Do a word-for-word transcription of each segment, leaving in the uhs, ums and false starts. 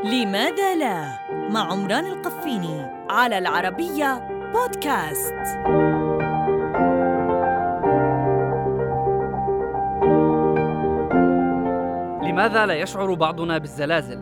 لماذا لا؟ مع عمران القفيني على العربية بودكاست. لماذا لا يشعر بعضنا بالزلازل؟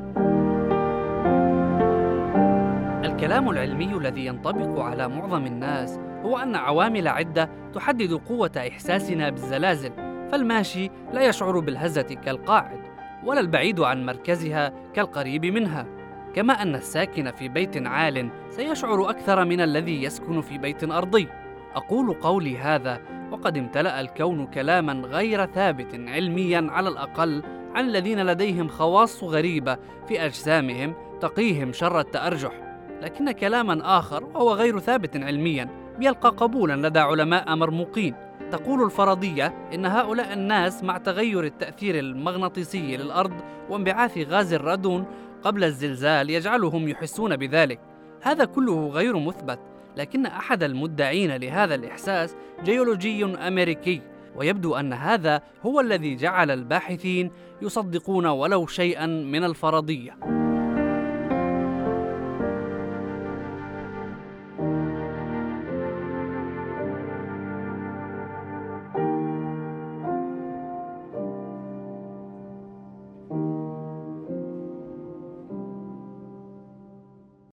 الكلام العلمي الذي ينطبق على معظم الناس هو أن عوامل عدة تحدد قوة إحساسنا بالزلازل، فالماشي لا يشعر بالهزة كالقاعد، ولا البعيد عن مركزها كالقريب منها، كما أن الساكن في بيت عال سيشعر أكثر من الذي يسكن في بيت أرضي. أقول قولي هذا وقد امتلأ الكون كلاما غير ثابت علميا على الأقل عن الذين لديهم خواص غريبة في أجسامهم تقيهم شر التأرجح، لكن كلاما آخر وهو غير ثابت علميا يلقى قبولا لدى علماء مرموقين. تقول الفرضية إن هؤلاء الناس مع تغير التأثير المغناطيسي للأرض وانبعاث غاز الرادون قبل الزلزال يجعلهم يحسون بذلك. هذا كله غير مثبت، لكن أحد المدعين لهذا الإحساس جيولوجي أمريكي، ويبدو أن هذا هو الذي جعل الباحثين يصدقون ولو شيئا من الفرضية.